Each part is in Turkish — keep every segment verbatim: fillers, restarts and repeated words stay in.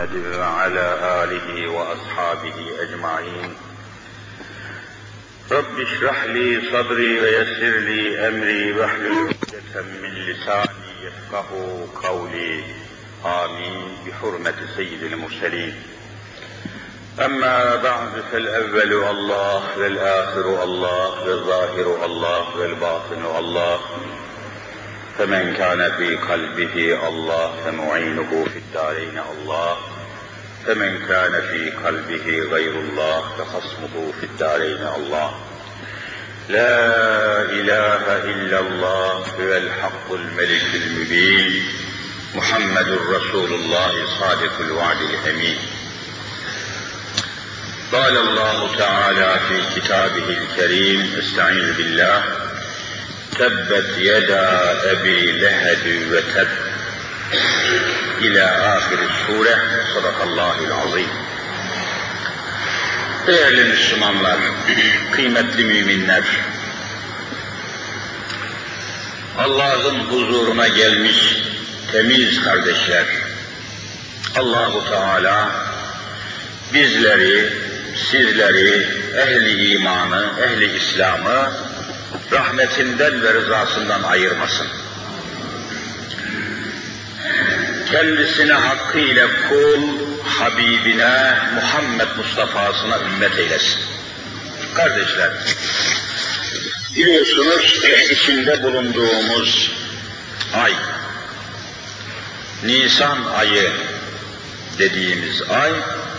محمد وعلى آله وأصحابه أجمعين رب اشرح لي صدري ويسر لي أمري واحلل عقدة من لساني يفقهوا قولي آمين بحرمة سيد المرسلين. أما بعد فالأول الله والآخر الله والظاهر الله والباطن الله فمن كان في قلبه الله فمعينه في الدارين الله فمن كان في قلبه غير الله فخصمه في الدارين الله. لا إله إلا الله هو الحق الملك المبين محمد رسول الله صادق الوعد الأمين. قال الله تعالى في كتابه الكريم استعيذ بالله تبت يدا أبي لهب وتب إلى آخر السورة صدق الله العظيم. Değerli Müslümanlar, kıymetli müminler, Allah'ın huzuruna gelmiş temiz kardeşler, Allah-u Teala bizleri, sizleri, ehli imanı, ehli İslam'ı rahmetinden ve rızasından ayırmasın. Kendisine hakkıyla kul, Habibine, Muhammed Mustafa'sına ümmet eylesin. Kardeşler, biliyorsunuz içinde bulunduğumuz ay, Nisan ayı dediğimiz ay,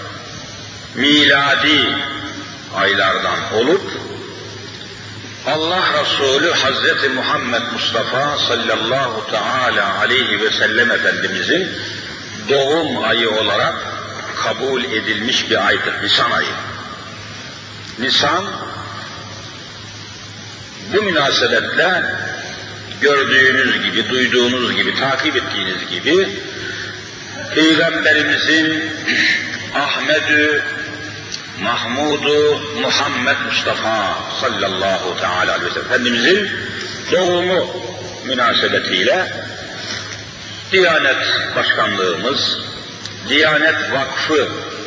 miladi aylardan olup, Allah Resulü Hazreti Muhammed Mustafa sallallahu teala aleyhi ve sellem Efendimizin doğum ayı olarak kabul edilmiş bir aydır, Nisan ayı. Nisan, bu münasebetle gördüğünüz gibi, duyduğunuz gibi, takip ettiğiniz gibi Peygamberimizin Ahmed-ü Mahmud-u Muhammed Mustafa sallallahu teala aleyhi ve sellem Efendimizin doğumu münasebetiyle Diyanet Başkanlığımız, Diyanet Vakfı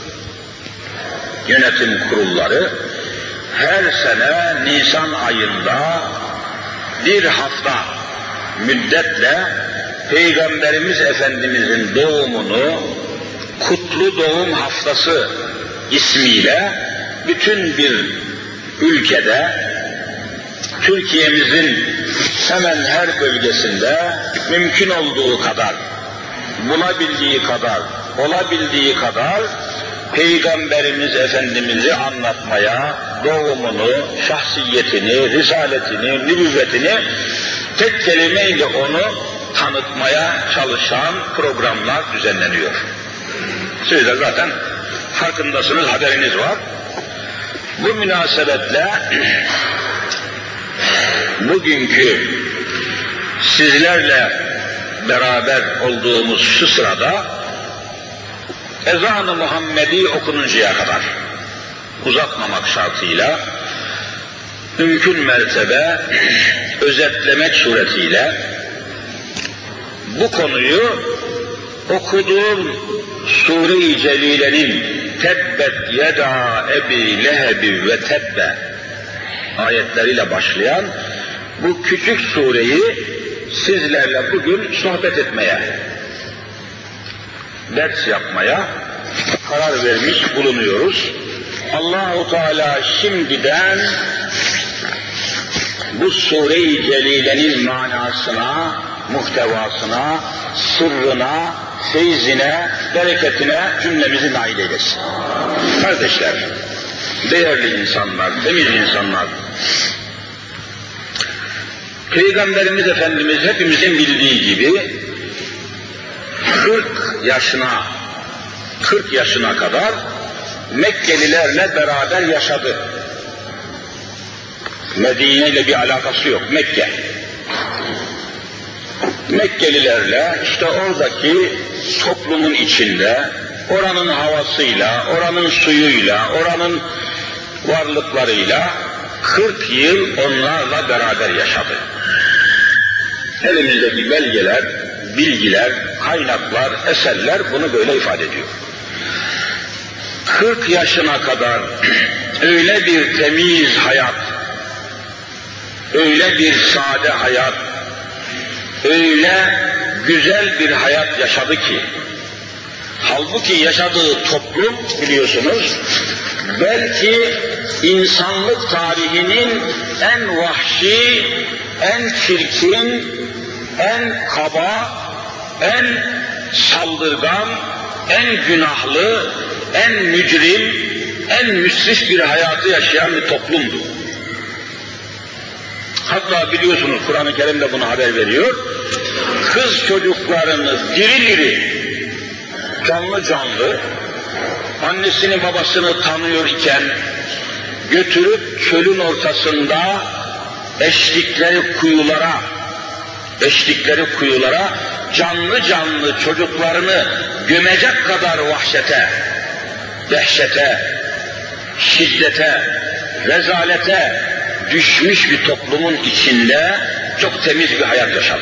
yönetim kurulları her sene Nisan ayında bir hafta müddetle Peygamberimiz Efendimizin doğumunu Kutlu Doğum Haftası ismiyle bütün bir ülkede, Türkiye'mizin hemen her bölgesinde mümkün olduğu kadar, bulabildiği kadar, olabildiği kadar Peygamberimiz Efendimiz'i anlatmaya, doğumunu, şahsiyetini, risaletini, nübüvvetini tek kelimeyle onu tanıtmaya çalışan programlar düzenleniyor. Siz de zaten farkındasınız, haberiniz var. Bu münasebetle bugünkü sizlerle beraber olduğumuz şu sırada ezan-ı Muhammedi okununcaya kadar uzatmamak şartıyla mümkün mertebe özetlemek suretiyle bu konuyu okuduğum Sure-i Celile'nin Tebbet yeda ebi lehebi ve tebbe ayetleriyle başlayan bu küçük sureyi sizlerle bugün sohbet etmeye, ders yapmaya karar vermiş bulunuyoruz. Allah-u Teala şimdiden bu Sure-i Celile'nin manasına, muhtevasına, sırrına, feyzine, bereketine cümlemizi nail eylesin. Kardeşler, değerli insanlar, temiz insanlar, Peygamberimiz Efendimiz hepimizin bildiği gibi kırk yaşına, kırk yaşına kadar Mekkelilerle beraber yaşadı. Medine ile bir alakası yok, Mekke. Mekkelilerle işte oradaki toplumun içinde, oranın havasıyla, oranın suyuyla, oranın varlıklarıyla kırk yıl onlarla beraber yaşadı. Elimizdeki belgeler, bilgiler, kaynaklar, eserler bunu böyle ifade ediyor. kırk yaşına kadar öyle bir temiz hayat, öyle bir sade hayat, öyle güzel bir hayat yaşadı ki, halbuki yaşadığı toplum biliyorsunuz, belki insanlık tarihinin en vahşi, en çirkin, en kaba, en saldırgan, en günahlı, en mücrim, en müsrif bir hayatı yaşayan bir toplumdu. Hatta biliyorsunuz Kur'an-ı Kerim de bunu haber veriyor. Kız çocuklarını diri diri, canlı canlı, annesini babasını tanıyor iken götürüp çölün ortasında eşlikleri kuyulara, eşlikleri kuyulara canlı canlı çocuklarını gömecek kadar vahşete, dehşete, şiddete, rezalete düşmüş bir toplumun içinde çok temiz bir hayat yaşadı.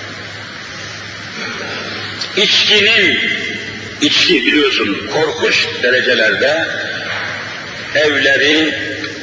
İçkinin, içki biliyorsun korkunç derecelerde evleri,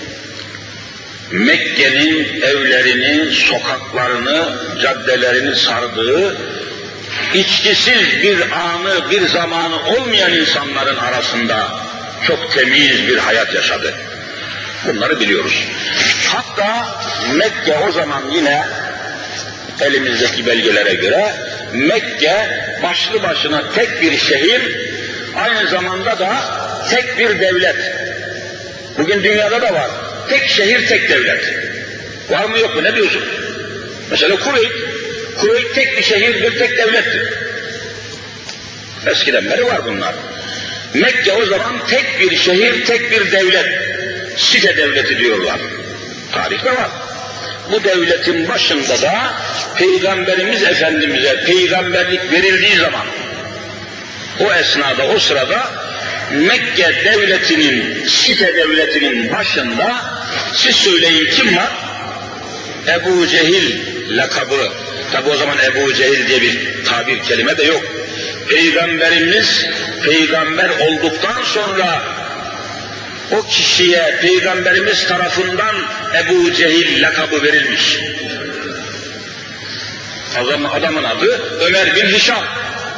Mekke'nin evlerinin, sokaklarını, caddelerini sardığı, içkisiz bir anı, bir zamanı olmayan insanların arasında çok temiz bir hayat yaşadı. Bunları biliyoruz. Hatta Mekke o zaman yine elimizdeki belgelere göre Mekke başlı başına tek bir şehir, aynı zamanda da tek bir devlet. Bugün dünyada da var. Tek şehir, tek devlet. Var mı yok mu? Ne diyorsun? Mesela Kuveyt. Kuveyt tek bir şehirdir, tek devlettir. Eskiden beri var bunlar. Mekke o zaman tek bir şehir, tek bir devlet. Site devleti diyorlar. Tarihte var. Bu devletin başında da Peygamberimiz Efendimiz'e peygamberlik verildiği zaman, o esnada, o sırada Mekke devletinin, Site devletinin başında siz söyleyin kim var? Ebu Cehil lakabı. Tabi o zaman Ebu Cehil diye bir tabir kelime de yok. Peygamberimiz peygamber olduktan sonra o kişiye Peygamberimiz tarafından Ebu Cehil lakabı verilmiş. Adamın, adamın adı Ömer bin Hişam.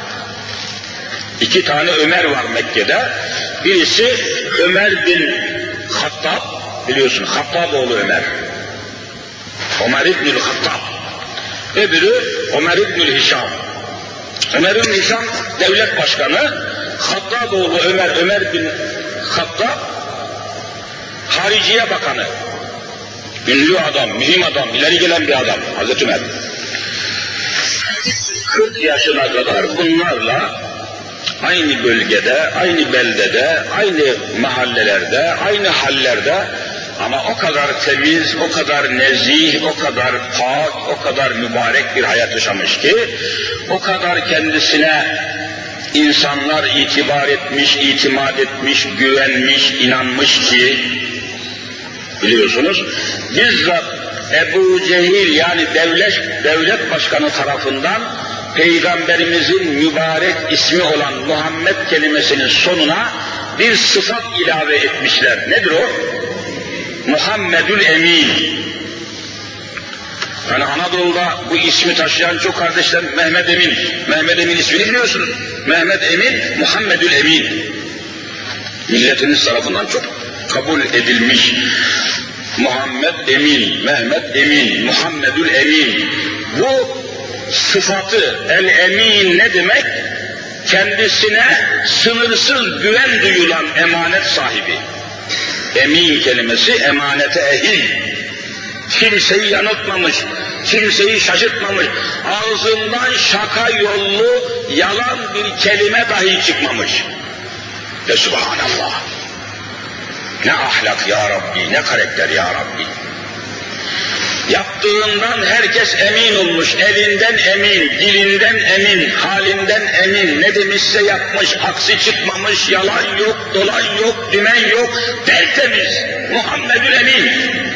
İki tane Ömer var Mekke'de. Birisi Ömer bin Hattab, biliyorsun Hattab oğlu Ömer. Ömer İbnül Hattab. Öbürü Ömer İbnül Hişam. Ömer İbnül Hişam devlet başkanı, Hattab oğlu Ömer, Ömer bin Hattab Hariciye Bakanı. Ünlü adam, mühim adam, ileri gelen bir adam Hazreti Ömer. kırk yaşına kadar bunlarla aynı bölgede, aynı beldede, aynı mahallelerde, aynı hallerde ama o kadar temiz, o kadar nezih, o kadar pak, o kadar mübarek bir hayat yaşamış ki, o kadar kendisine insanlar itibar etmiş, itimat etmiş, güvenmiş, inanmış ki, biliyorsunuz, bizzat Ebu Cehil yani devlet, devlet başkanı tarafından Peygamberimizin mübarek ismi olan Muhammed kelimesinin sonuna bir sıfat ilave etmişler. Nedir o? Muhammedül Emin. Yani Anadolu'da bu ismi taşıyan çok kardeşler Mehmet Emin. Mehmet Emin ismini biliyorsunuz. Mehmet Emin, Muhammedül Emin. Milletiniz tarafından çok kabul edilmiş. Muhammed Emin, Mehmet Emin, Muhammedül Emin. Bu sıfatı el-emin ne demek? Kendisine sınırsız güven duyulan emanet sahibi. Emin kelimesi emanete ehil. Kimseyi yanıltmamış, kimseyi şaşırtmamış, ağzından şaka yollu yalan bir kelime dahi çıkmamış. Ve subhanallah. Ne ahlak ya Rabbi, ne karakter ya Rabbi. Yaptığından herkes emin olmuş, elinden emin, dilinden emin, halinden emin, ne demişse yapmış, aksi çıkmamış, yalan yok, dolan yok, dümen yok, tertemiz, Muhammedül Emin.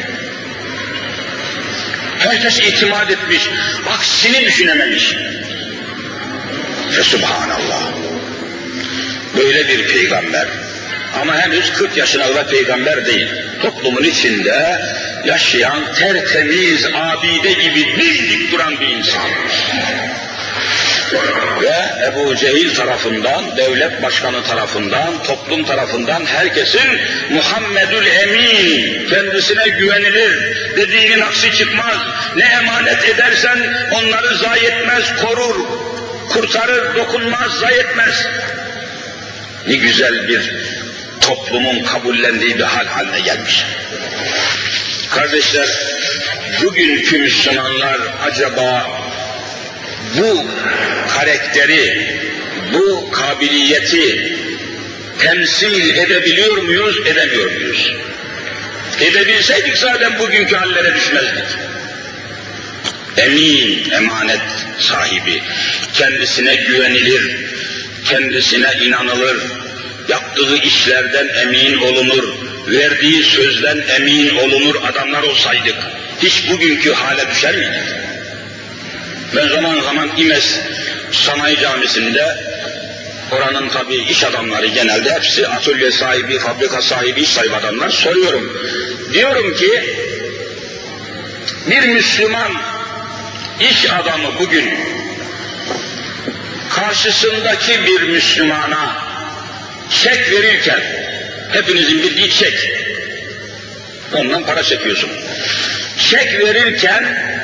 Herkes itimat etmiş, aksini düşünememiş. Ve subhanallah, böyle bir peygamber, Ama henüz kırk yaşına da peygamber değil. Toplumun içinde yaşayan tertemiz, abide gibi dimdik duran bir insan. Ve Ebu Cehil tarafından, devlet başkanı tarafından, toplum tarafından herkesin Muhammedül Emin, kendisine güvenilir, dediğinin aksi çıkmaz, ne emanet edersen onları zayi etmez, korur, kurtarır, dokunmaz, zayi etmez. Ne güzel bir toplumun kabullendiği bir hal haline gelmiş. Kardeşler, bugünkü Müslümanlar acaba bu karakteri, bu kabiliyeti temsil edebiliyor muyuz, edemiyor muyuz? Edebilseydik zaten bugünkü hallere düşmezdik. Emin, emanet sahibi, kendisine güvenilir, kendisine inanılır, yaptığı işlerden emin olunur, verdiği sözden emin olunur adamlar olsaydık, hiç bugünkü hale düşer miydik? Ben zaman zaman İmes Sanayi Camisi'nde, oranın tabii iş adamları genelde hepsi atölye sahibi, fabrika sahibi, iş sahibi adamlar, soruyorum. Diyorum ki, bir Müslüman iş adamı bugün karşısındaki bir Müslümana çek verirken, hepinizin bildiği çek, ondan para çekiyorsun. Çek verirken,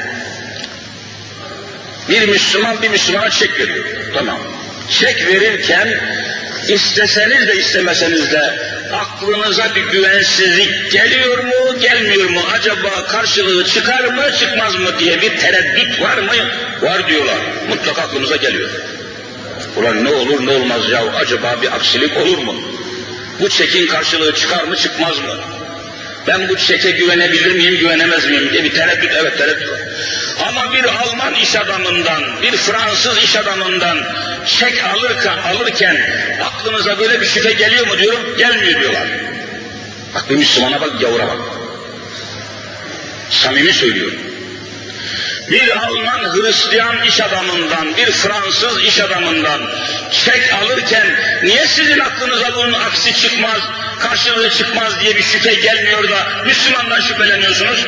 bir Müslüman bir Müslümana çek veriyor. Tamam. Çek verirken isteseniz de istemeseniz de aklınıza bir güvensizlik geliyor mu, gelmiyor mu? Acaba karşılığı çıkar mı, çıkmaz mı diye bir tereddüt var mı? Var diyorlar. Mutlaka aklınıza geliyor. Ulan ne olur ne olmaz ya, acaba bir aksilik olur mu? Bu çekin karşılığı çıkar mı, çıkmaz mı? Ben bu çeke güvenebilir miyim, güvenemez miyim diye bir tereddüt, evet tereddüt var. Ama bir Alman iş adamından, bir Fransız iş adamından çek alırken, alırken aklınıza böyle bir şüphe geliyor mu diyorum, gelmiyor diyorlar. Bak bir Müslümana bak, gavura bak. Samimi söylüyorum. Bir Alman Hristiyan iş adamından, bir Fransız iş adamından çek alırken niye sizin aklınıza bunun aksi çıkmaz, karşılığı çıkmaz diye bir şüphe gelmiyor da Müslümandan şüpheleniyorsunuz?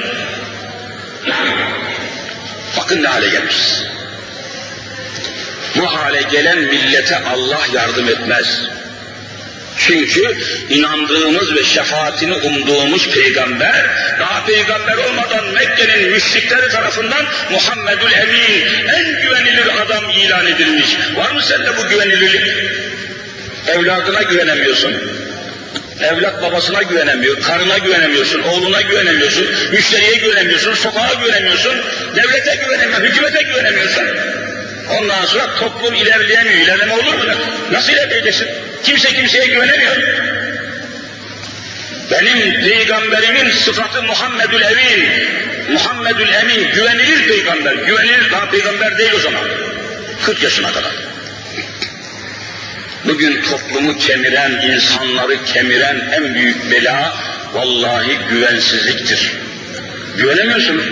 Bakın ne hale gelmişiz. Bu hale gelen millete Allah yardım etmez. Çünkü inandığımız ve şefaatini umduğumuz peygamber, daha peygamber olmadan Mekke'nin müşrikleri tarafından Muhammedül Emin, en güvenilir adam ilan edilmiş. Var mı sende bu güvenilirlik? Evladına güvenemiyorsun. Evlat babasına güvenemiyor, karına güvenemiyorsun, oğluna güvenemiyorsun, müşteriye güvenemiyorsun, sokağa güvenemiyorsun, devlete güvenemiyorsun, hükümete güvenemiyorsun. Ondan sonra toplum ilerleyemiyor. İlerleme olur mu? Nasıl ilerleyeceksin? Kimse kimseye güvenemiyor. Benim peygamberimin sıfatı Muhammedül Emin. Muhammedül Emin, güvenilir peygamber. Güvenilir, daha peygamber değil o zaman. kırk yaşına kadar. Bugün toplumu kemiren, insanları kemiren en büyük bela vallahi güvensizliktir. Güvenemiyorsunuz.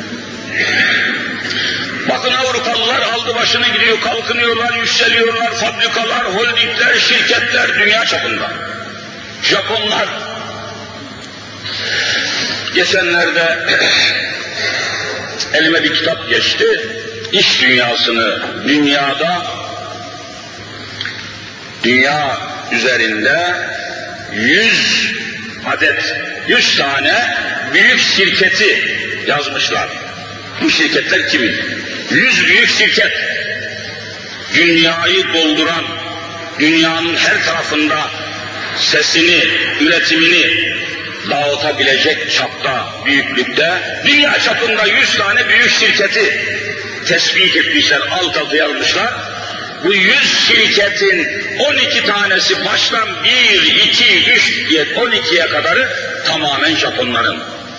Bakın Avrupalılar aldı başını gidiyor, kalkınıyorlar, yükseliyorlar, fabrikalar, holdingler, şirketler dünya çapında. Japonlar geçenlerde elime bir kitap geçti, iş dünyasını dünyada, dünya üzerinde yüz adet, yüz tane büyük şirketi yazmışlar. Bu şirketler kimin? Yüz büyük şirket, dünyayı dolduran, dünyanın her tarafında sesini, üretimini dağıtabilecek çapta, büyüklükte, dünya çapında yüz tane büyük şirketi tespit etmişler, alt alta yazmışlar. Bu yüz şirketin on iki tanesi baştan bir, iki, üç diye on ikiye kadarı tamamen Japonların.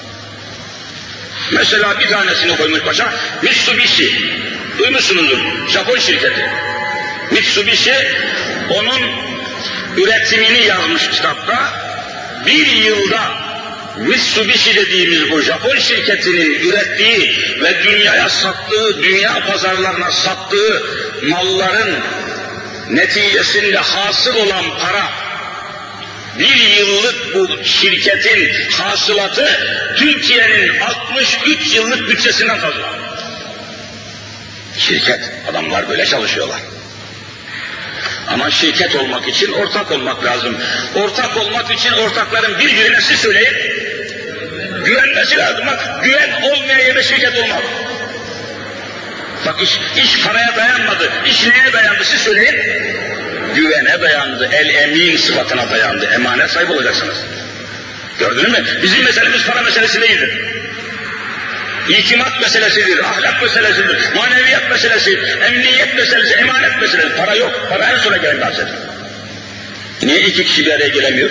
Mesela bir tanesini koymuş başa, Mitsubishi. Duymuşsunuzdur, Japon şirketi. Mitsubishi, onun üretimini yazmış kitapta. Bir yılda Mitsubishi dediğimiz bu Japon şirketinin ürettiği ve dünyaya sattığı, dünya pazarlarına sattığı malların neticesinde hasıl olan para Bir yıllık bu şirketin hasılatı Türkiye'nin altmış üç yıllık bütçesinden fazla. Şirket, adamlar böyle çalışıyorlar. Ama şirket olmak için ortak olmak lazım. Ortak olmak için ortakların birbirine siz söyleyin, güvenmesi lazım. Bak, güven olmayan yere şirket olmaz. Bak iş, iş paraya dayanmadı. İş neye dayandı siz söyleyin? Güvene dayandı. El emin sıfatına dayandı. Emanet sahibi olacaksınız. Gördünüz mü? Bizim meselemiz para meselesi değildir. İtimat meselesidir, ahlak meselesidir, maneviyat meselesi, emniyet meselesi, emanet meselesi. Para yok. Para en sona gelen bahseder. Niye iki kişi bir araya gelemiyor?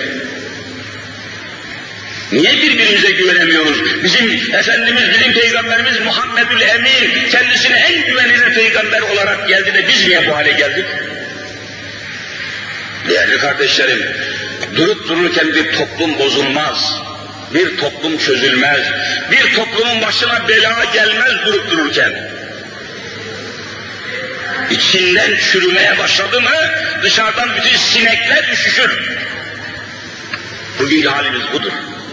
Niye birbirimize güvenemiyoruz? Bizim Efendimiz, bizim Peygamberimiz Muhammedül Emin kendisine en güvenilir peygamber olarak geldi de biz niye bu hale geldik? Değerli kardeşlerim, durup dururken bir toplum bozulmaz, bir toplum çözülmez, bir toplumun başına bela gelmez durup dururken. İçinden çürümeye başladı mı dışarıdan bütün sinekler üşüşür. Bugünkü halimiz budur.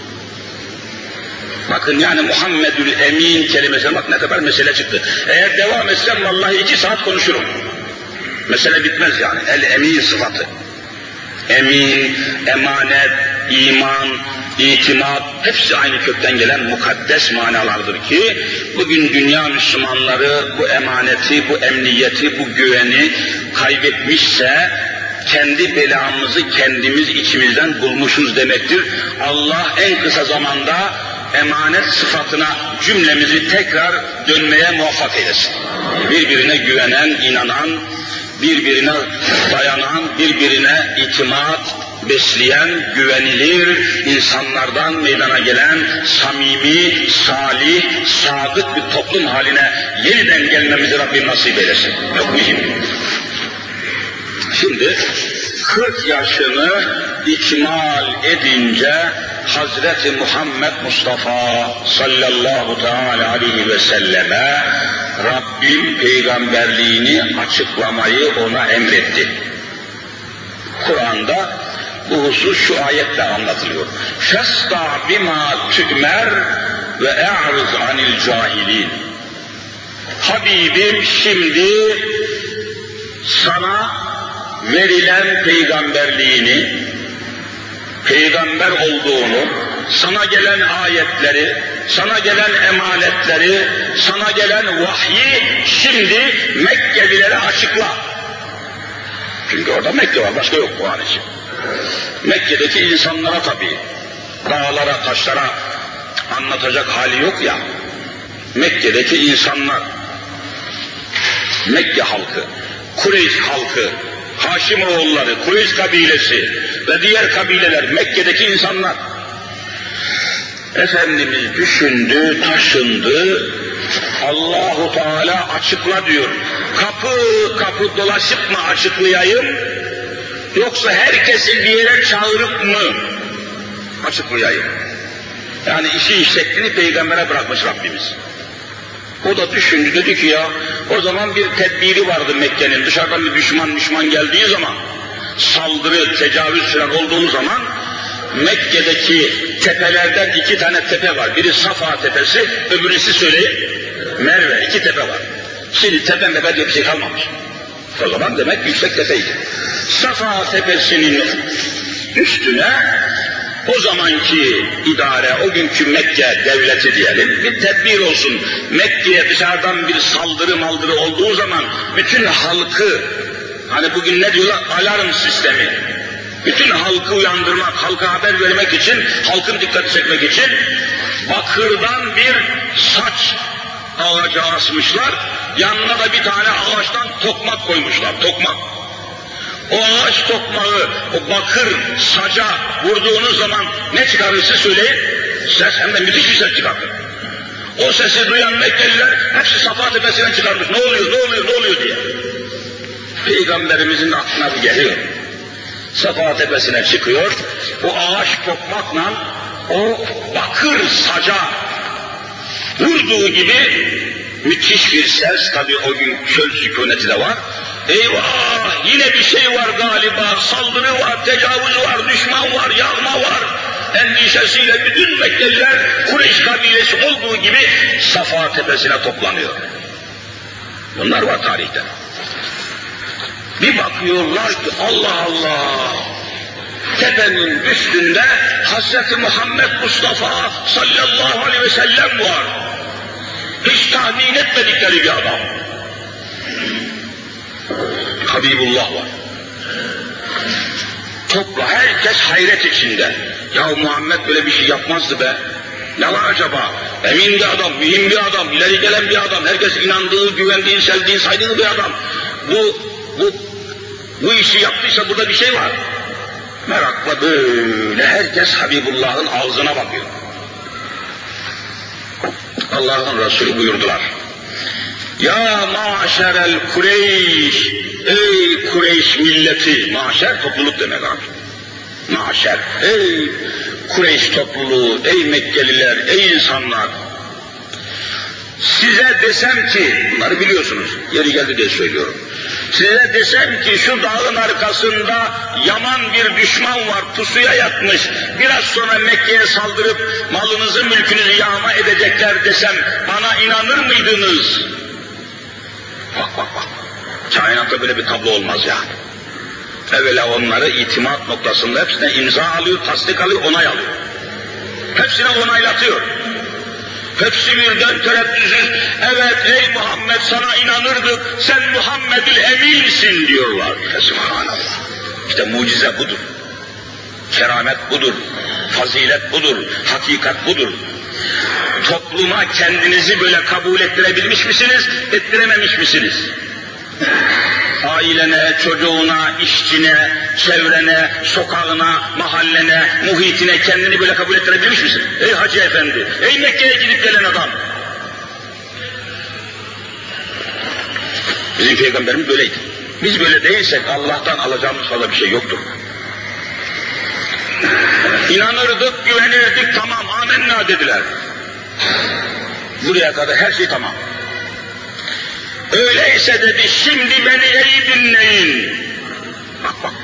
Bakın yani Muhammedül Emin kelimesine bak ne kadar mesele çıktı. Eğer devam etsem vallahi iki saat konuşurum. Mesele bitmez yani. El emin sıfatı. Emin, emanet, iman, itimat hepsi aynı kökten gelen mukaddes manalardır ki bugün dünya Müslümanları bu emaneti, bu emniyeti, bu güveni kaybetmişse kendi belamızı kendimiz içimizden bulmuşuz demektir. Allah en kısa zamanda emanet sıfatına cümlemizi tekrar dönmeye muvaffak eylesin. Birbirine güvenen, inanan, birbirine dayanan, birbirine itimat besleyen, güvenilir insanlardan meydana gelen samimi, salih, sadık bir toplum haline yeniden gelmemizi Rabbim nasip eylesin. Yok mühim. Şimdi kırk yaşını ikmal edince Hazreti Muhammed Mustafa sallallahu teala aleyhi ve selleme Rabbim peygamberliğini açıklamayı ona emretti. Kur'an'da bu husus şu ayetle anlatılıyor. Festa bima tü'mer ve e'riz anil cahilin. Habibim şimdi sana verilen peygamberliğini, peygamber olduğunu, sana gelen ayetleri, sana gelen emanetleri, sana gelen vahyi şimdi Mekkelilere açıkla. Çünkü orada Mekke var, başka yok Kur'an için. Mekke'deki insanlara tabii, dağlara, taşlara anlatacak hali yok ya. Mekke'deki insanlar, Mekke halkı, Kureyş halkı, Haşimoğulları, Kureyş kabilesi ve diğer kabileler, Mekke'deki insanlar. Efendimiz düşündü, taşındı, Allahu Teala açıkla diyor. Kapı kapı dolaşıp mı açıklayayım, yoksa herkesi bir yere çağırıp mı açıklayayım? Yani işi şeklini peygambere bırakmış Rabbimiz. O da düşündü, dedi ki ya, o zaman bir tedbiri vardı Mekke'nin, dışarıdan bir düşman düşman geldiği zaman, saldırı, tecavüz falan olduğu zaman, Mekke'deki tepelerden iki tane tepe var. Biri Safa tepesi, öbürüsü söyleyin, Merve, iki tepe var. Şimdi tepe mepe diye bir şey kalmamış. O zaman demek yüksek tepeydi. Safa tepesinin üstüne, o zamanki idare, o günkü Mekke devleti diyelim, bir tedbir olsun. Mekke'ye dışarıdan bir saldırı maldırı olduğu zaman, bütün halkı, hani bugün ne diyorlar, alarm sistemi, bütün halkı uyandırmak, halka haber vermek için, halkın dikkati çekmek için, bakırdan bir saç ağacı asmışlar, yanına da bir tane ağaçtan tokmak koymuşlar, tokmak. O ağaç tokmağı, o bakır saca vurduğunuz zaman ne çıkarırsa söyleyin, ses hem de müthiş bir ses çıkartır. O sesi duyan Mekkeliler hepsi Safa tepesinden çıkarmış, ne oluyor, ne oluyor, ne oluyor diye. Peygamberimizin aklına bir geliyor. Safa tepesine çıkıyor, o ağaç tokmakla o bakır saca vurduğu gibi müthiş bir ses, tabii o gün çöl sükuneti de var. Eyvah! Yine bir şey var galiba, saldırı var, tecavüz var, düşman var ya endişesiyle bütün Mekkeliler Kureyş kabilesi olduğu gibi Safa tepesine toplanıyor. Bunlar var tarihte. Bir bakıyorlar ki Allah Allah, tepenin üstünde Hazreti Muhammed Mustafa sallallahu aleyhi ve sellem var. Hiç tahmin etmedikleri bir adam. Habibullah var. Topla, herkes hayret içinde. Ya Muhammed böyle bir şey yapmazdı be. Ne var acaba? Emin bir adam, mühim bir adam, ileri gelen bir adam, herkes inandığı, güvendiği, sevdiği, saydığı bir adam. Bu, bu, bu işi yaptıysa burada bir şey var. Merakla böyle herkes Habibullah'ın ağzına bakıyor. Allah'ın Resulü buyurdular. Ya maşerel Kureyş, ey Kureyş milleti, maşer topluluk demek abi. Maşer, ey Kureyş topluluğu, ey Mekkeliler, ey insanlar. Size desem ki, bunları biliyorsunuz, yeri geldi diye söylüyorum. Size desem ki şu dağın arkasında yaman bir düşman var, pusuya yatmış, biraz sonra Mekke'ye saldırıp malınızı mülkünüzü yağma edecekler desem, bana inanır mıydınız? Bak bak bak, kainatta böyle bir tablo olmaz ya. Evvela onları itimat noktasında hepsine imza alıyor, tasdik alıyor, onay alıyor. Hepsine onaylatıyor. Hepsi birden tereddütsüz, evet ey Muhammed sana inanırdık, sen Muhammed'ül Emin'sin diyorlar. Subhanallah. İşte mucize budur. Keramet budur. Fazilet budur. Hakikat budur. Topluma kendinizi böyle kabul ettirebilmiş misiniz, ettirememiş misiniz? Ailene, çocuğuna, işçine, çevrene, sokağına, mahallene, muhitine kendini böyle kabul ettirebilmiş misin? Ey Hacı Efendi, ey Mekke'ye gidip gelen adam. Bizim Peygamberimiz böyleydi. Biz böyle değilsek Allah'tan alacağımız fazla bir şey yoktur. İnanırdık, güvenirdik, tamam, amenna dediler. Buraya kadar her şey tamam. Öyleyse dedi, şimdi beni iyi dinleyin. Bak bak.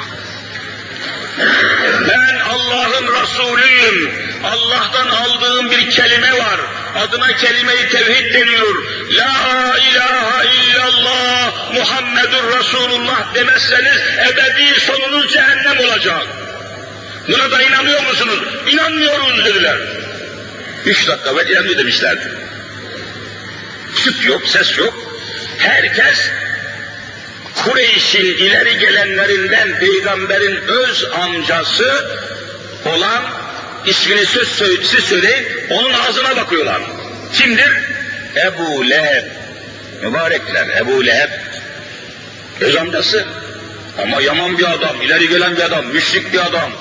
Ben Allah'ın Resulüyüm. Allah'tan aldığım bir kelime var. Adına kelime-i tevhid deniyor. La ilahe illallah Muhammedur Resulullah demezseniz ebedi sonunuz cehennem olacak. Buna da inanıyor musunuz? İnanmıyoruz dediler. Üç dakika evvel inanmıyor demişlerdi. Süt yok, ses yok. Herkes Kureyş'in ileri gelenlerinden Peygamber'in öz amcası olan, ismini söz siz söyleyin, onun ağzına bakıyorlar. Kimdir? Ebu Leheb. Mübarekler, Ebu Leheb. Öz amcası. Ama yaman bir adam, ileri gelen bir adam, müşrik bir adam.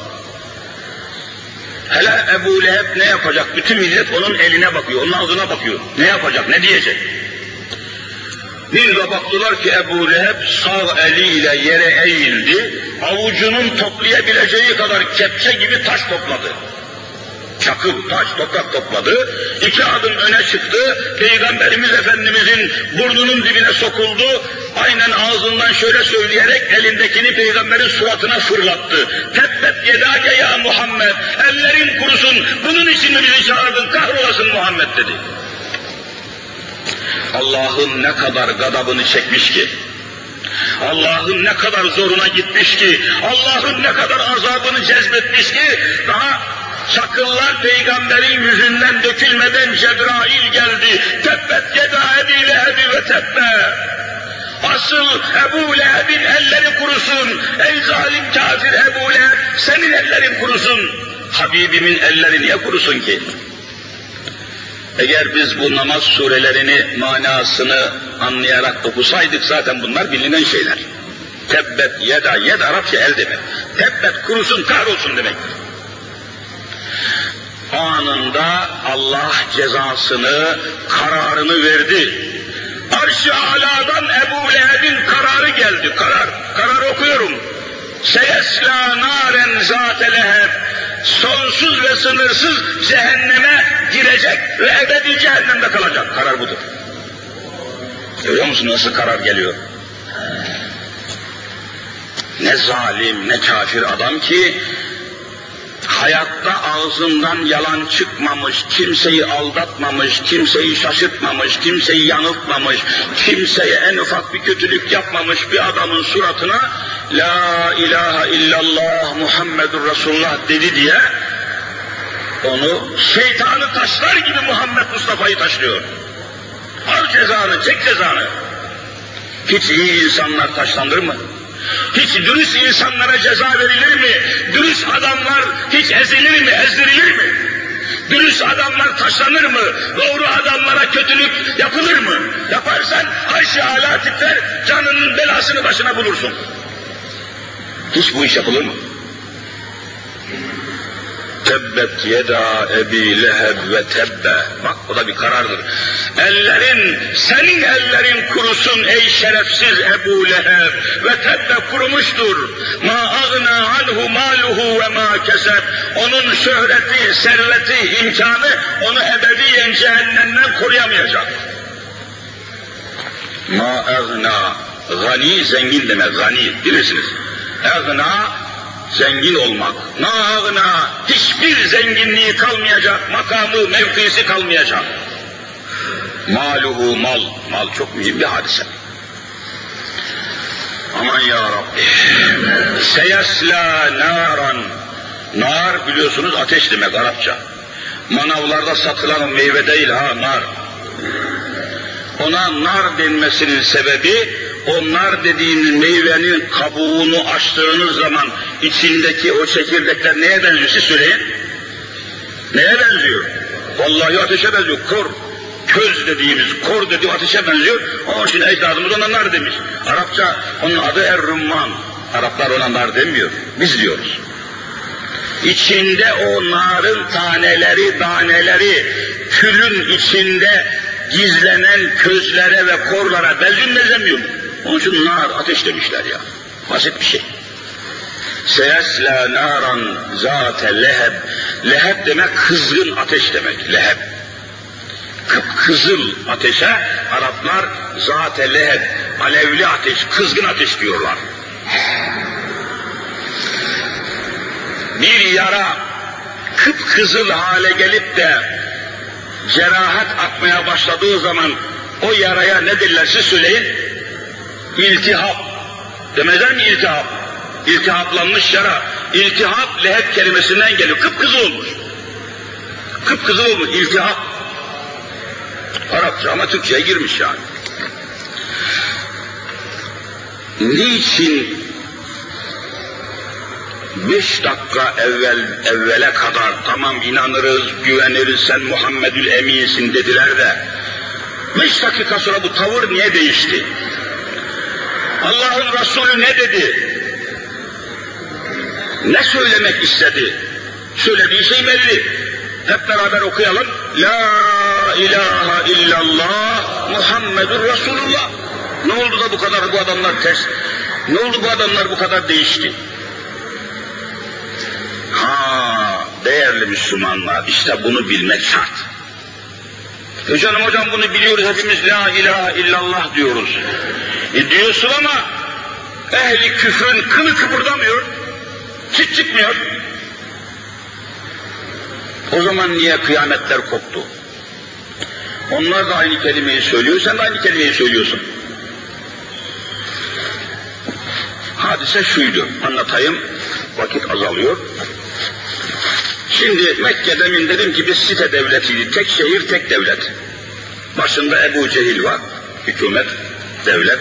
Hele Ebu Leheb ne yapacak? Bütün millet onun eline bakıyor, onun ağzına bakıyor. Ne yapacak, ne diyecek? Bir de baktılar ki Ebu Leheb sağ eliyle yere eğildi, avucunun toplayabileceği kadar kepçe gibi taş topladı. Çakıl, taş, toprak topladı, iki adım öne çıktı, Peygamberimiz Efendimizin burnunun dibine sokuldu, aynen ağzından şöyle söyleyerek elindekini Peygamberin suratına fırlattı. Tebbet yedâke ya Muhammed, ellerin kurusun, bunun için mi bizi çağırdın, kahrolasın Muhammed dedi. Allah'ın ne kadar gadabını çekmiş ki, Allah'ın ne kadar zoruna gitmiş ki, Allah'ın ne kadar azabını cezbetmiş ki, daha çakıllar Peygamberin yüzünden dökülmeden Cebrail geldi. Tebbet yeda Ebi Leheb'i ve tebbe. Asıl Ebu Leheb'in elleri kurusun. Ey zalim kafir Ebu Leheb, senin ellerin kurusun. Habibimin elleri niye kurusun ki? Eğer biz bu namaz surelerini, manasını anlayarak okusaydık zaten bunlar bilinen şeyler. Tebbet yeda, yed Arapça el demek. Tebbet kurusun, kahrolsun demektir. Anında Allah cezasını, kararını verdi. Arş-ı Alâ'dan Ebu Leheb'in kararı geldi. Karar, karar okuyorum. Seyeslâ nâren zâte leheb. Sonsuz ve sınırsız cehenneme girecek ve ebedi cehennemde kalacak. Karar budur. Görüyor musun nasıl karar geliyor? Ne zalim, ne kafir adam ki hayatta ağzından yalan çıkmamış, kimseyi aldatmamış, kimseyi şaşırtmamış, kimseyi yanıltmamış, kimseye en ufak bir kötülük yapmamış bir adamın suratına La ilahe illallah Muhammedur Resulullah dedi diye onu şeytanı taşlar gibi Muhammed Mustafa'yı taşlıyor. Al cezanı, çek cezanı. Hiç iyi insanlar taşlanır mı? Hiç dürüst insanlara ceza verilir mi? Dürüst adamlar hiç ezilir mi, ezdirilir mi? Dürüst adamlar taşlanır mı? Doğru adamlara kötülük yapılır mı? Yaparsan Ayşe Ala tipler canının belasını başına bulursun. Hiç bu iş yapılır mı? Tebbet yeda ebi leheb ve tebbe. Bak o da bir karardır. Ellerin, senin ellerin kurusun ey şerefsiz Ebu Leheb ve tebbe kurumuştur. Ma ağna anhu maluhu ve ma keseb. Onun şöhreti, serveti, imkanı onu ebediyen cehennemden koruyamayacak. Ma ağna, gani zengin demek, gani bilirsiniz. Ağna zengin olmak. Nâgına hiçbir zenginliği kalmayacak, makamı, mevkisi kalmayacak. Maluhu mal, mal çok mühim bir hadise. Aman ya Rabbi. Seyesla naran. Nar biliyorsunuz ateş demek Arapça. Manavlarda satılan o meyve değil ha, nar. Ona nar denmesinin sebebi, o nar dediğimiz meyvenin kabuğunu açtığınız zaman içindeki o çekirdekler neye benziyor siz söyleyin? Neye benziyor? Vallahi ateşe benziyor. Kor, köz dediğimiz, kor dediği ateşe benziyor. Onun için ecdadımız ona nar demiş. Arapça onun adı er-rumman. Araplar ona nar demiyor. Biz diyoruz. İçinde o narın taneleri, daneleri, külün içinde gizlenen közlere ve korlara benziyor benzemiyor mu? Onun için nar, ateş demişler ya. Basit bir şey. Seyesla naran zâte leheb. Leheb demek kızgın ateş demek. Leheb. Kıpkızıl ateşe Araplar zâte leheb, alevli ateş, kızgın ateş diyorlar. Bir yara kıpkızıl hale gelip de cerahat atmaya başladığı zaman o yaraya ne derler siz söyleyin? İltihap. Demezler mi iltihap? İltihaplanmış yara. İltihap leheb kelimesinden geliyor. Kıpkızıl olmuş. Kıpkızıl olmuş. İltihap. Arapça ama Türkçe'ye girmiş yani. Niçin beş dakika evvel evvele kadar tamam inanırız, güveniriz, sen Muhammedül Emin'sin dediler de beş dakika sonra bu tavır niye değişti? Allah'ın Resulü ne dedi? Ne söylemek istedi? Söylediği şey belli. Hep beraber okuyalım. La ilahe illallah Muhammedur Resulullah. Ne oldu da bu kadar bu adamlar ters? Ne oldu bu adamlar bu kadar değişti? Ha, değerli Müslümanlar, işte bunu bilmek şart. E canım hocam bunu biliyoruz, hepimiz la ilahe illallah diyoruz. E diyorsun ama ehli küfrün kılı kıpırdamıyor, hiç çıkmıyor. O zaman niye kıyametler koptu? Onlar da aynı kelimeyi söylüyor, sen de aynı kelimeyi söylüyorsun. Hadise şuydu, anlatayım, vakit azalıyor. Şimdi Mekke'de min dedim ki biz site devletiydi, tek şehir tek devlet. Başında Ebu Cehil var, hükümet, devlet.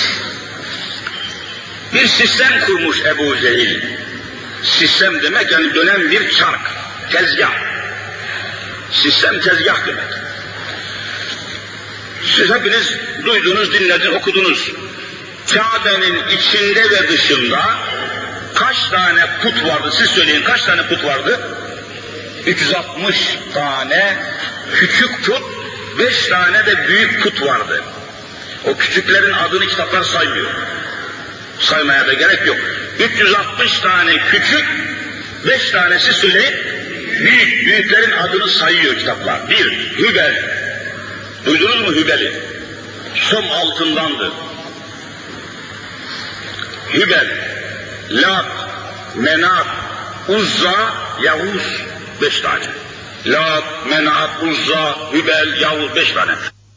Bir sistem kurmuş Ebu Cehil. Sistem demek yani dönen bir çark, tezgah. Sistem tezgah demek. Siz hepiniz duydunuz, dinlediniz, okudunuz. Kabe'nin içinde ve dışında kaç tane put vardı? Siz söyleyin, kaç tane put vardı? üç yüz altmış tane küçük put, beş tane de büyük put vardı. O küçüklerin adını kitaplar saymıyor. Saymaya da gerek yok. üç yüz altmış tane küçük, beş tanesi söyleyin, büyük, büyüklerin adını sayıyor kitaplar. Bir, Hübel. Duydunuz mu Hübel'i? Som altındandı. Hübel, Lat, Menat, Uzza, Yavuz, beş tane. Lat, Menat, Uzza, Hübel, Yavuz, beş tane.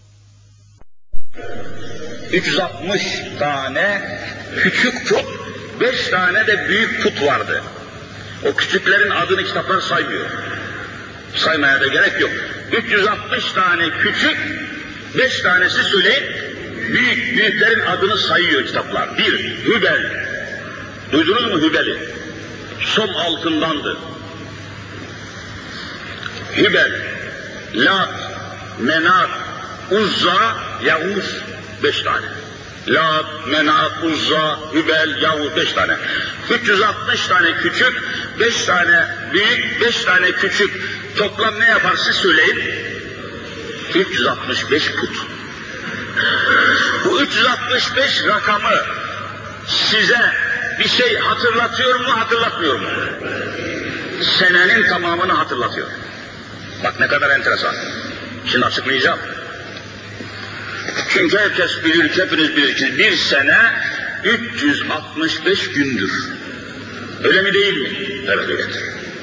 üç yüz altmış tane küçük put, beş tane de büyük put vardı. O küçüklerin adını kitaplar saymıyor. Saymaya da gerek yok. üç yüz altmış tane küçük, beş tanesi söyleyin, büyük, büyüklerin adını sayıyor kitaplar. Bir, Hübel. Duydunuz mu Hübel'i? Som altındandı. Hübel, Lat, Menat, Uzza, Yavuz, beş tane. Lat, Menat, Uzza, Hübel, Yavuz, beş tane. üç yüz altmış tane küçük, beş tane büyük, beş tane küçük. Toplam ne yapar siz söyleyin? üç yüz altmış beş put. Bu üç yüz altmış beş rakamı size bir şey hatırlatıyor mu, hatırlatmıyor mu? Senenin tamamını hatırlatıyor. Bak ne kadar enteresan. Şimdi açıklayacağım. Çünkü herkes bilir, hepiniz bilir ki bir sene üç yüz altmış beş gündür. Öyle mi değil mi? Evet öyledir.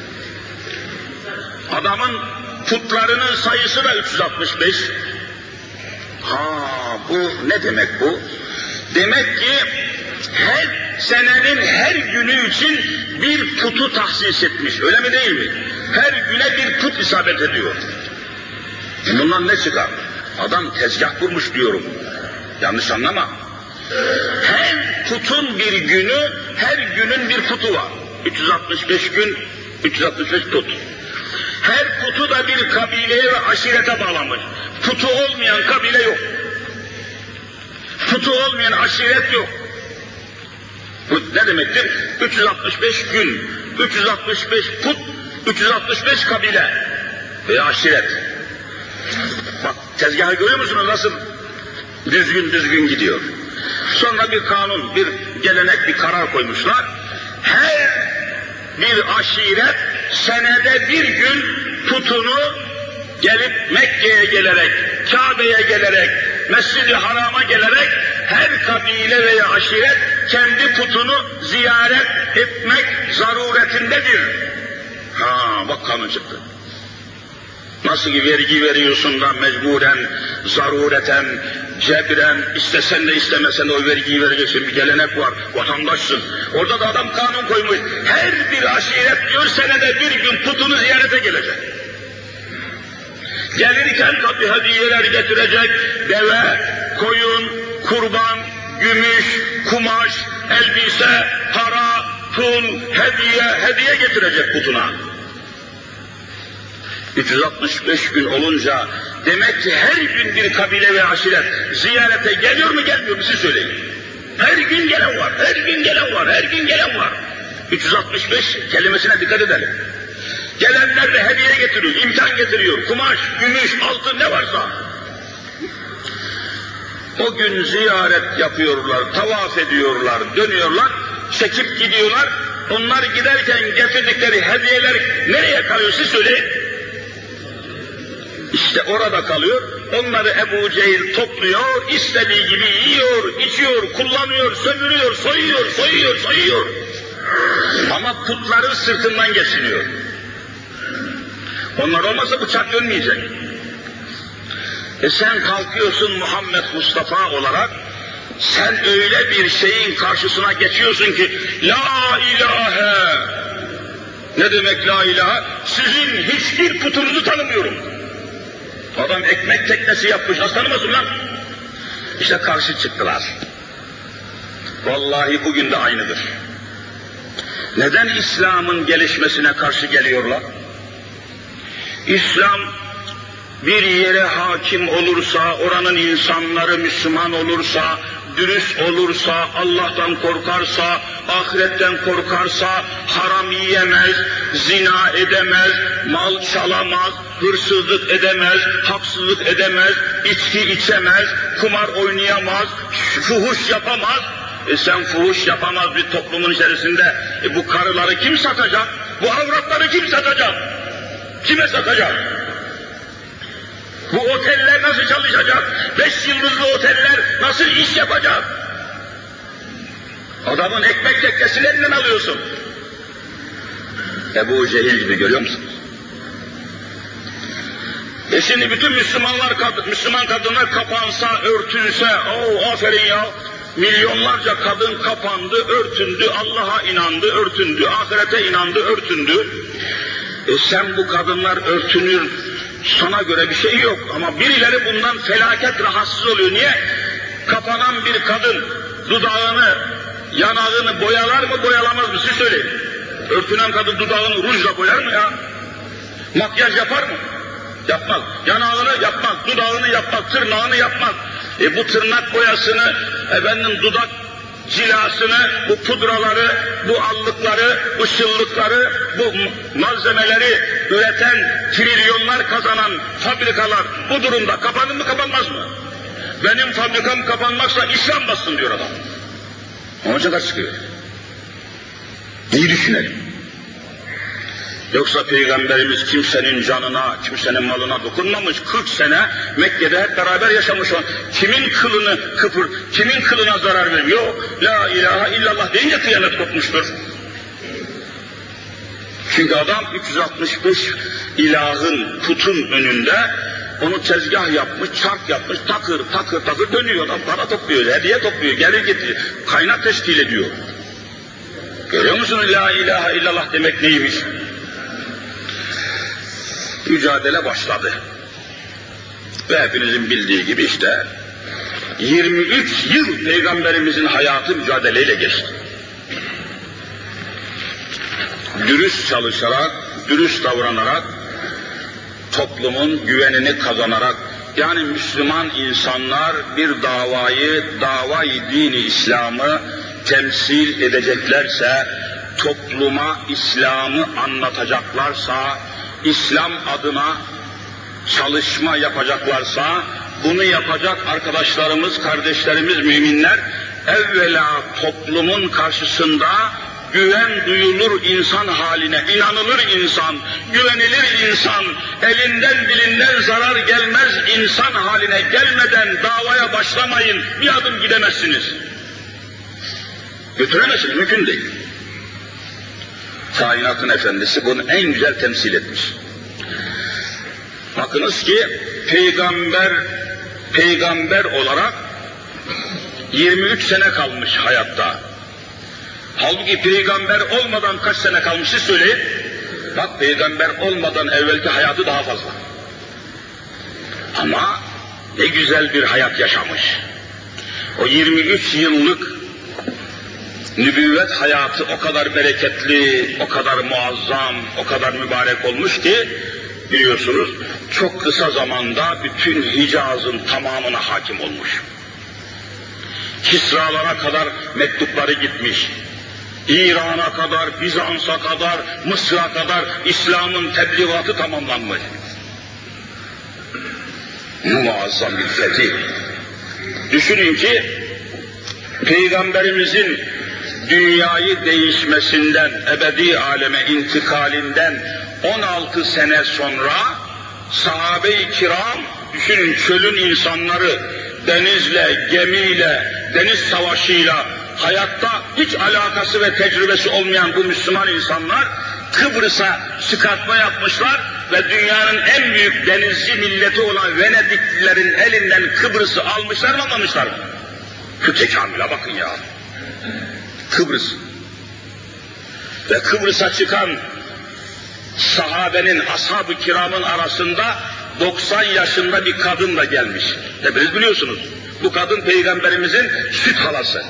Adamın putlarının sayısı da üç yüz altmış beş. Ha bu ne demek bu? Demek ki her senenin her günü için bir putu tahsis etmiş. Öyle mi değil mi? Her güne bir put isabet ediyor. E bundan ne çıkar? Adam tezgah kurmuş diyorum. Yanlış anlama. Her putun bir günü, her günün bir putu var. üç yüz altmış beş gün, üç yüz altmış beş put. Her putu da bir kabileye ve aşirete bağlamış. Putu olmayan kabile yok. Putu olmayan aşiret yok. Bu ne demektir? üç yüz altmış beş gün, üç yüz altmış beş put, üç yüz altmış beş kabile veya aşiret. Bak tezgahı görüyor musunuz nasıl düzgün düzgün gidiyor. Sonra bir kanun, bir gelenek, bir karar koymuşlar. Her bir aşiret senede bir gün putunu gelip Mekke'ye gelerek, Kabe'ye gelerek, Mescid-i Haram'a gelerek her kabile veya aşiret kendi putunu ziyaret etmek zaruretindedir. Ha bak kanun çıktı. Nasıl ki vergi veriyorsun da mecburen, zarureten, cebren, istesen de istemesen de o vergiyi vereceksin. Bir gelenek var, vatandaşsın. Orada da adam kanun koymuş. Her bir aşiret diyor senede bir gün putunu ziyarete gelecek. Gelirken tabi hediyeler getirecek. Deve, koyun, kurban, gümüş, kumaş, elbise, para, pul, hediye, hediye getirecek putuna. üç yüz altmış beş gün olunca demek ki her gün bir kabile ve aşiret ziyarete geliyor mu gelmiyor mu siz söyleyin. Her gün gelen var, her gün gelen var, her gün gelen var. üç yüz altmış beş kelimesine dikkat edelim. Gelenler de hediye getiriyor, imkan getiriyor, kumaş, gümüş, altın ne varsa. O gün ziyaret yapıyorlar, tavaf ediyorlar, dönüyorlar, çekip gidiyorlar. Onlar giderken getirdikleri hediyeler nereye kalıyor siz söyleyin. İşte orada kalıyor, onları Ebu Cehil topluyor, istediği gibi yiyor, içiyor, kullanıyor, sömürüyor, soyuyor, soyuyor, soyuyor. Ama putların sırtından geçiniyor. Onlar olmasa bıçak dönmeyecek. E sen kalkıyorsun Muhammed Mustafa olarak, sen öyle bir şeyin karşısına geçiyorsun ki, La ilahe! Ne demek la ilahe? Sizin hiçbir putunuzu tanımıyorum. Adam ekmek teknesi yapmış, nasıl tanımasın lan? İşte karşı çıktılar. Vallahi bugün de aynıdır. Neden İslam'ın gelişmesine karşı geliyorlar? İslam bir yere hakim olursa, oranın insanları Müslüman olursa, dürüst olursa, Allah'tan korkarsa, ahiretten korkarsa, haram yiyemez, zina edemez, mal çalamaz, hırsızlık edemez, haksızlık edemez, içki içemez, kumar oynayamaz, fuhuş yapamaz. E sen fuhuş yapamaz bir toplumun içerisinde, e bu karıları kim satacak? Bu avratları kim satacak? Kime satacak? Bu oteller nasıl çalışacak? Beş yıldızlı oteller nasıl iş yapacak? Adamın ekmek teknesini elinden alıyorsun. Ebu Cehil gibi, görüyor musunuz? E şimdi bütün Müslümanlar, Müslüman kadınlar kapansa, örtünse, oh aferin ya, milyonlarca kadın kapandı, örtündü, Allah'a inandı, örtündü, ahirete inandı, örtündü. E sen bu kadınlar örtünür, sana göre bir şey yok ama birileri bundan felaket rahatsız oluyor. Niye? Kapanan bir kadın dudağını, yanağını boyalar mı, boyalamaz mı? Siz söyleyin. Örtünen kadın dudağını rujla boyar mı ya? Makyaj yapar mı? Yapmaz. Yanağını yapmaz, dudağını yapmaz, tırnağını yapmaz. E bu tırnak boyasını, efendim dudak cilasını, bu pudraları, bu allıkları, bu şıllıkları, bu malzemeleri üreten, trilyonlar kazanan fabrikalar bu durumda kapanır mı, kapanmaz mı? Benim fabrikam kapanmazsa İslam bassın diyor adam. Onun için kaç çıkıyor? İyi düşünelim. Yoksa Peygamberimiz kimsenin canına, kimsenin malına dokunmamış, kırk sene Mekke'de hep beraber yaşamış olan, kimin kılını kıpır, kimin kılına zarar vermiyor? La ilahe illallah deyince kıyamet kopmuştur. Çünkü adam üç yüz altmış beş ilahın, putun önünde onu tezgah yapmış, çark yapmış, takır takır takır dönüyor adam, para topluyor, hediye topluyor, gelir getiriyor, kaynak teşkil ediyor. Görüyor musunuz la ilahe illallah demek neymiş? Mücadele başladı. Ve hepinizin bildiği gibi işte yirmi üç yıl Peygamberimizin hayatı mücadeleyle geçti. Dürüst çalışarak, dürüst davranarak, toplumun güvenini kazanarak, yani Müslüman insanlar bir davayı, davayı dini İslam'ı temsil edeceklerse, topluma İslam'ı anlatacaklarsa, İslam adına çalışma yapacaklarsa, bunu yapacak arkadaşlarımız, kardeşlerimiz, müminler, evvela toplumun karşısında güven duyulur insan haline, inanılır insan, güvenilir insan, elinden dilinden zarar gelmez insan haline gelmeden davaya başlamayın, bir adım gidemezsiniz. Götüremezsiniz, mümkün değil. Kainatın efendisi bunu en güzel temsil etmiş. Bakınız ki peygamber peygamber olarak yirmi üç sene kalmış hayatta. Halbuki peygamber olmadan kaç sene kalmıştı söyleyin. Bak peygamber olmadan evvelki hayatı daha fazla. Ama ne güzel bir hayat yaşamış. O yirmi üç yıllık nübüvvet hayatı o kadar bereketli, o kadar muazzam, o kadar mübarek olmuş ki biliyorsunuz çok kısa zamanda bütün Hicaz'ın tamamına hakim olmuş. Kisralara kadar mektupları gitmiş. İran'a kadar, Bizans'a kadar, Mısır'a kadar İslam'ın tebliğatı tamamlanmış. Muazzam bir fetih. Düşünün ki Peygamberimizin dünyayı değişmesinden, ebedi aleme intikalinden on altı sene sonra sahabe-i kiram, düşünün çölün insanları denizle, gemiyle, deniz savaşıyla hayatta hiç alakası ve tecrübesi olmayan bu Müslüman insanlar Kıbrıs'a çıkartma yapmışlar ve dünyanın en büyük denizci milleti olan Venediklilerin elinden Kıbrıs'ı almışlar mı, almamışlar mı? Şu tekamüle bakın ya. Kıbrıs. Ve Kıbrıs'a çıkan sahabenin, ashab-ı kiramın arasında doksan yaşında bir kadın da gelmiş. Hepiniz biliyorsunuz. Bu kadın Peygamberimizin süt halası.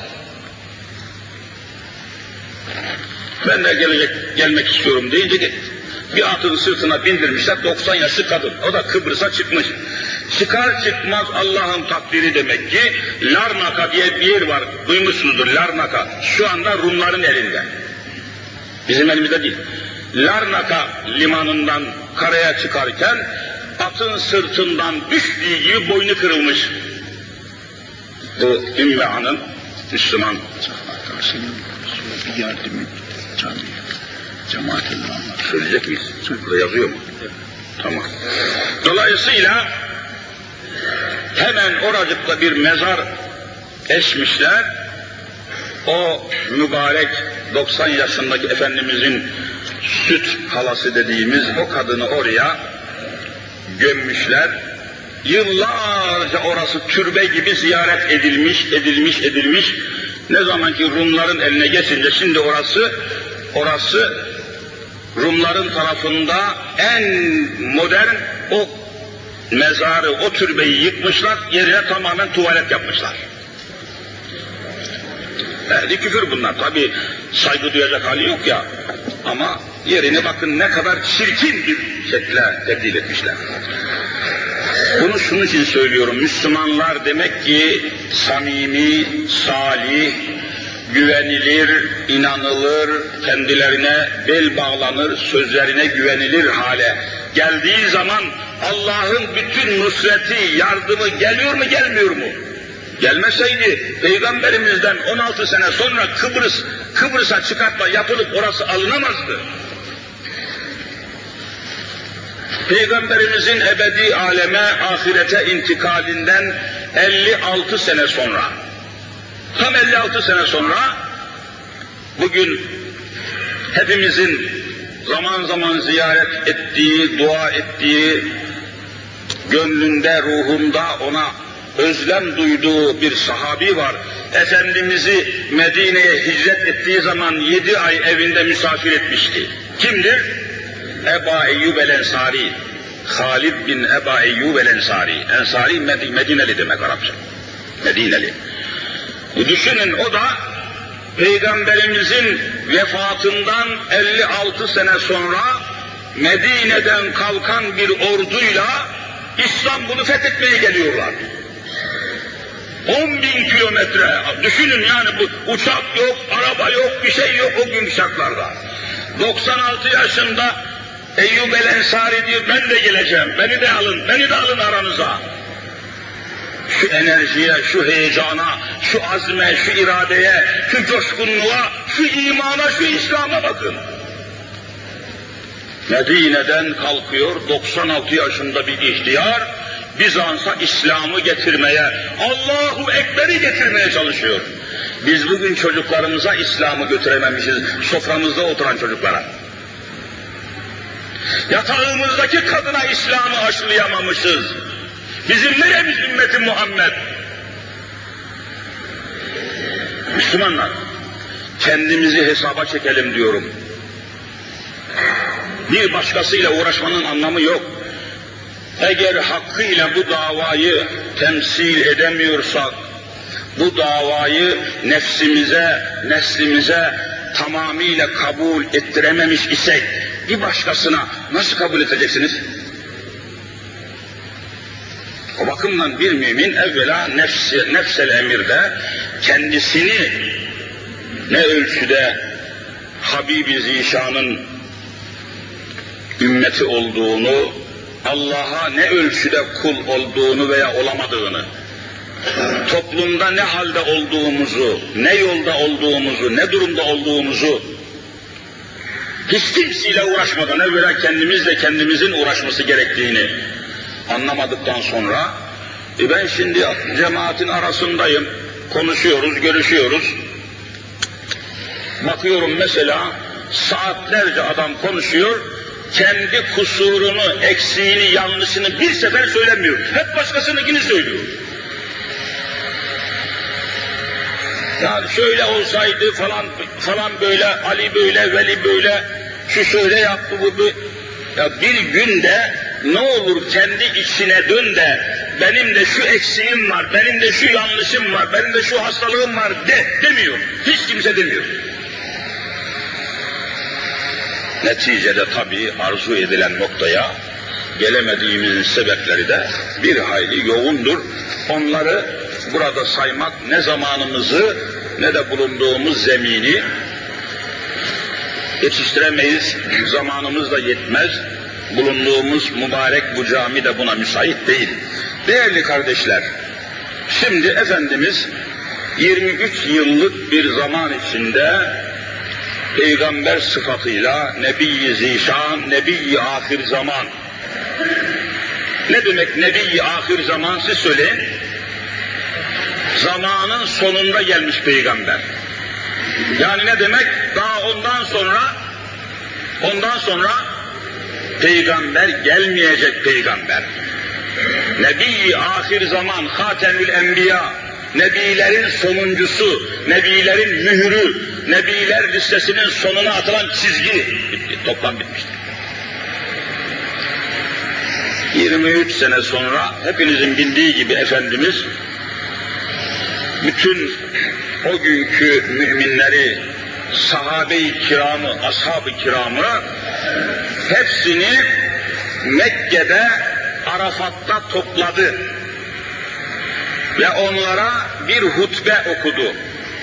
Ben de gelecek, gelmek istiyorum deyince ki bir atın sırtına bindirmişler, doksan yaşlı kadın. O da Kıbrıs'a çıkmış. Çıkar çıkmaz Allah'ın takdiri demek ki Larnaka diye bir yer var. Duymuşsunuzdur Larnaka. Şu anda Rumların elinde. Bizim elimizde değil. Larnaka limanından karaya çıkarken atın sırtından düştüğü gibi boynu kırılmış. Bu Ümmü Hanım Müslüman. Bir yardım et. Cemaatin söyleyecek miyiz? Burada yazıyor mu? Tamam. Dolayısıyla hemen oracıkta bir mezar eşmişler. O mübarek doksan yaşındaki Efendimizin süt halası dediğimiz o kadını oraya gömmüşler. Yıllarca orası türbe gibi ziyaret edilmiş, edilmiş, edilmiş. Ne zaman ki Rumların eline geçince şimdi orası, orası Rumların tarafında en modern o mezarı, o türbeyi yıkmışlar, yerine tamamen tuvalet yapmışlar. Ehli küfür bunlar, tabi saygı duyacak hali yok ya. Ama yerine bakın ne kadar çirkin bir şekle tebdil etmişler. Bunu şunun için söylüyorum, Müslümanlar demek ki samimi, salih, güvenilir, inanılır, kendilerine bel bağlanır, sözlerine güvenilir hale geldiği zaman Allah'ın bütün nusreti, yardımı geliyor mu gelmiyor mu? Gelmeseydi Peygamberimizden on altı sene sonra Kıbrıs, Kıbrıs'a çıkartma yapılıp orası alınamazdı. Peygamberimizin ebedi aleme, ahirete intikalinden elli altı sene sonra, tam elli altı sene sonra, bugün hepimizin zaman zaman ziyaret ettiği, dua ettiği, gönlünde, ruhunda ona özlem duyduğu bir sahabi var. Efendimiz'i Medine'ye hicret ettiği zaman yedi ay evinde misafir etmişti. Kimdir? Eba Eyyub el-Ensari. Halid bin Eba Eyyub el-Ensari. Ensari Medineli demek Arapça. Medineli. Düşünün, o da Peygamberimizin vefatından elli altı sene sonra Medine'den kalkan bir orduyla İstanbul'u fethetmeye geliyorlar. on bin kilometre. Düşünün yani, bu uçak yok, araba yok, bir şey yok o gün şartlarda. doksan altı yaşında Eyyub el-Ensari diyor, ben de geleceğim, beni de alın, beni de alın aranıza. Şu enerjiye, şu heyecana, şu azme, şu iradeye, şu coşkunluğa, şu imana, şu İslam'a bakın. Medine'den kalkıyor, doksan altı yaşında bir ihtiyar, Bizans'a İslam'ı getirmeye, Allahu Ekber'i getirmeye çalışıyor. Biz bugün çocuklarımıza İslam'ı götürememişiz, soframızda oturan çocuklara. Yatağımızdaki kadına İslam'ı aşılayamamışız. Bizim neremiz ümmeti Muhammed? Müslümanlar, kendimizi hesaba çekelim diyorum. Bir başkasıyla uğraşmanın anlamı yok. Eğer hakkıyla bu davayı temsil edemiyorsak, bu davayı nefsimize, neslimize tamamıyla kabul ettirememiş isek, bir başkasına nasıl kabul edeceksiniz? O bakımdan bir mümin evvela nefsi, nefsel emirde kendisini ne ölçüde Habibi Zişan'ın ümmeti olduğunu, Allah'a ne ölçüde kul olduğunu veya olamadığını, toplumda ne halde olduğumuzu, ne yolda olduğumuzu, ne durumda olduğumuzu hiç kimseyle uğraşmadan evvela kendimizle kendimizin uğraşması gerektiğini anlamadıktan sonra, e ben şimdi cemaatin arasındayım, konuşuyoruz, görüşüyoruz, bakıyorum mesela saatlerce adam konuşuyor, kendi kusurunu, eksiğini, yanlışını bir sefer söylemiyor. Hep başkasınınkini söylüyor. Yani şöyle olsaydı falan falan böyle, Ali böyle, Veli böyle, şu şöyle yaptı bu bu. Ya bir günde ne olur kendi içine dön de benim de şu eksiğim var, benim de şu yanlışım var, benim de şu hastalığım var de demiyor. Hiç kimse demiyor. Neticede tabii arzu edilen noktaya gelemediğimizin sebepleri de bir hayli yoğundur. Onları burada saymak ne zamanımızı ne de bulunduğumuz zemini yetiştiremeyiz, zamanımız da yetmez, bulunduğumuz mübarek bu cami de buna müsait değil. Değerli kardeşler, şimdi Efendimiz yirmi üç yıllık bir zaman içinde Peygamber sıfatıyla Nebi-i Zişan, Nebi-i Ahir Zaman. Ne demek Nebi-i Ahir Zaman, siz söyleyin. Zamanın sonunda gelmiş Peygamber. Yani ne demek? Daha ondan sonra Ondan sonra peygamber gelmeyecek peygamber. Nebi-i ahir zaman, Hatemül Enbiya, nebilerin sonuncusu, nebilerin mührü, nebiler listesinin sonuna atılan çizgi bitti, toplam bitmiştir. yirmi üç sene sonra hepinizin bildiği gibi Efendimiz bütün o günkü müminleri, sahabe-i kiramı, ashab-ı kiramı hepsini Mekke'de Arafat'ta topladı ve onlara bir hutbe okudu.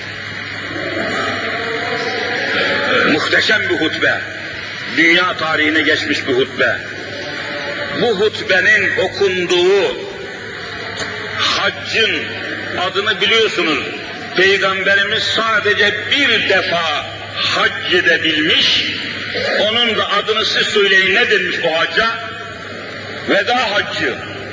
Muhteşem bir hutbe, dünya tarihine geçmiş bir hutbe. Bu hutbenin okunduğu haccın adını biliyorsunuz. Peygamberimiz sadece bir defa hac edebilmiş, onun da adını siz söyleyin, ne denmiş o hacca? Veda haccı.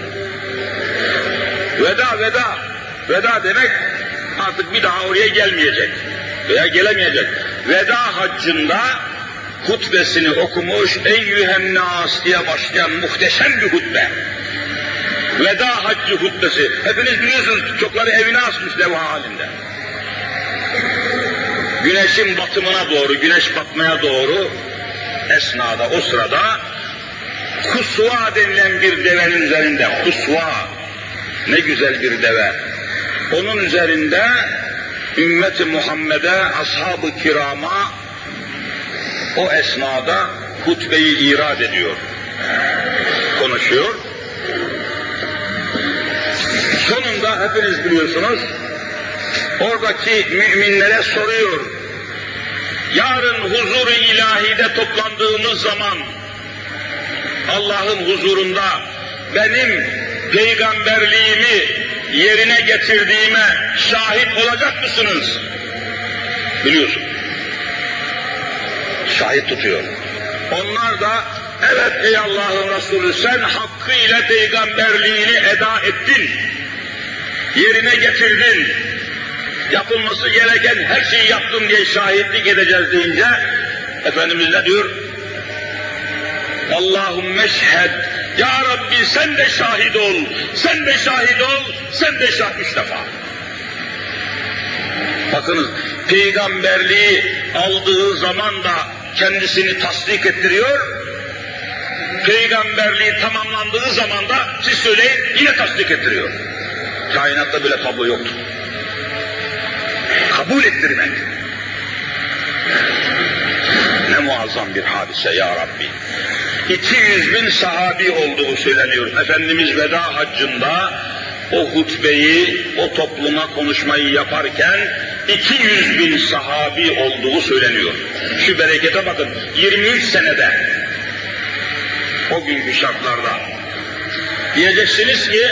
Veda, veda. Veda demek artık bir daha oraya gelmeyecek veya gelemeyecek. Veda haccında hutbesini okumuş, eyyühen nas diye başlayan muhteşem bir hutbe. Veda haccı hutbesi. Hepiniz biliyorsunuz, çokları evine asmış levha halinde. Güneşin batımına doğru, güneş batmaya doğru esnada, o sırada Kusva denilen bir devenin üzerinde, Kusva, ne güzel bir deve. Onun üzerinde ümmeti Muhammed'e, ashab-ı kirama o esnada hutbeyi irad ediyor, konuşuyor. Sonunda hepiniz biliyorsunuz, oradaki müminlere soruyor, yarın huzur-u ilahide toplandığımız zaman Allah'ın huzurunda benim peygamberliğimi yerine getirdiğime şahit olacak mısınız? Biliyorsun. Şahit tutuyor. Onlar da evet ey Allah'ın Resulü, sen hakkıyla peygamberliğini eda ettin, yerine getirdin, yapılması gereken her şeyi yaptın diye şahitlik edeceğiz deyince Efendimiz ne diyor? Allahümme şhed, ya Rabbi sen de şahit ol, sen de şahit ol, sen de şahit. Üç defa. Bakınız, peygamberliği aldığı zaman da kendisini tasdik ettiriyor, peygamberliği tamamlandığı zaman da siz söyleyin yine tasdik ettiriyor. Kainatta böyle tablo yoktur. Kabul ettirmek. Ne muazzam bir hadise ya Rabbi. iki yüz bin sahabi olduğu söyleniyor. Efendimiz veda haccında o hutbeyi, o topluma konuşmayı yaparken iki yüz bin sahabi olduğu söyleniyor. Şu berekete bakın, yirmi üç senede o günkü şartlarda. Diyeceksiniz ki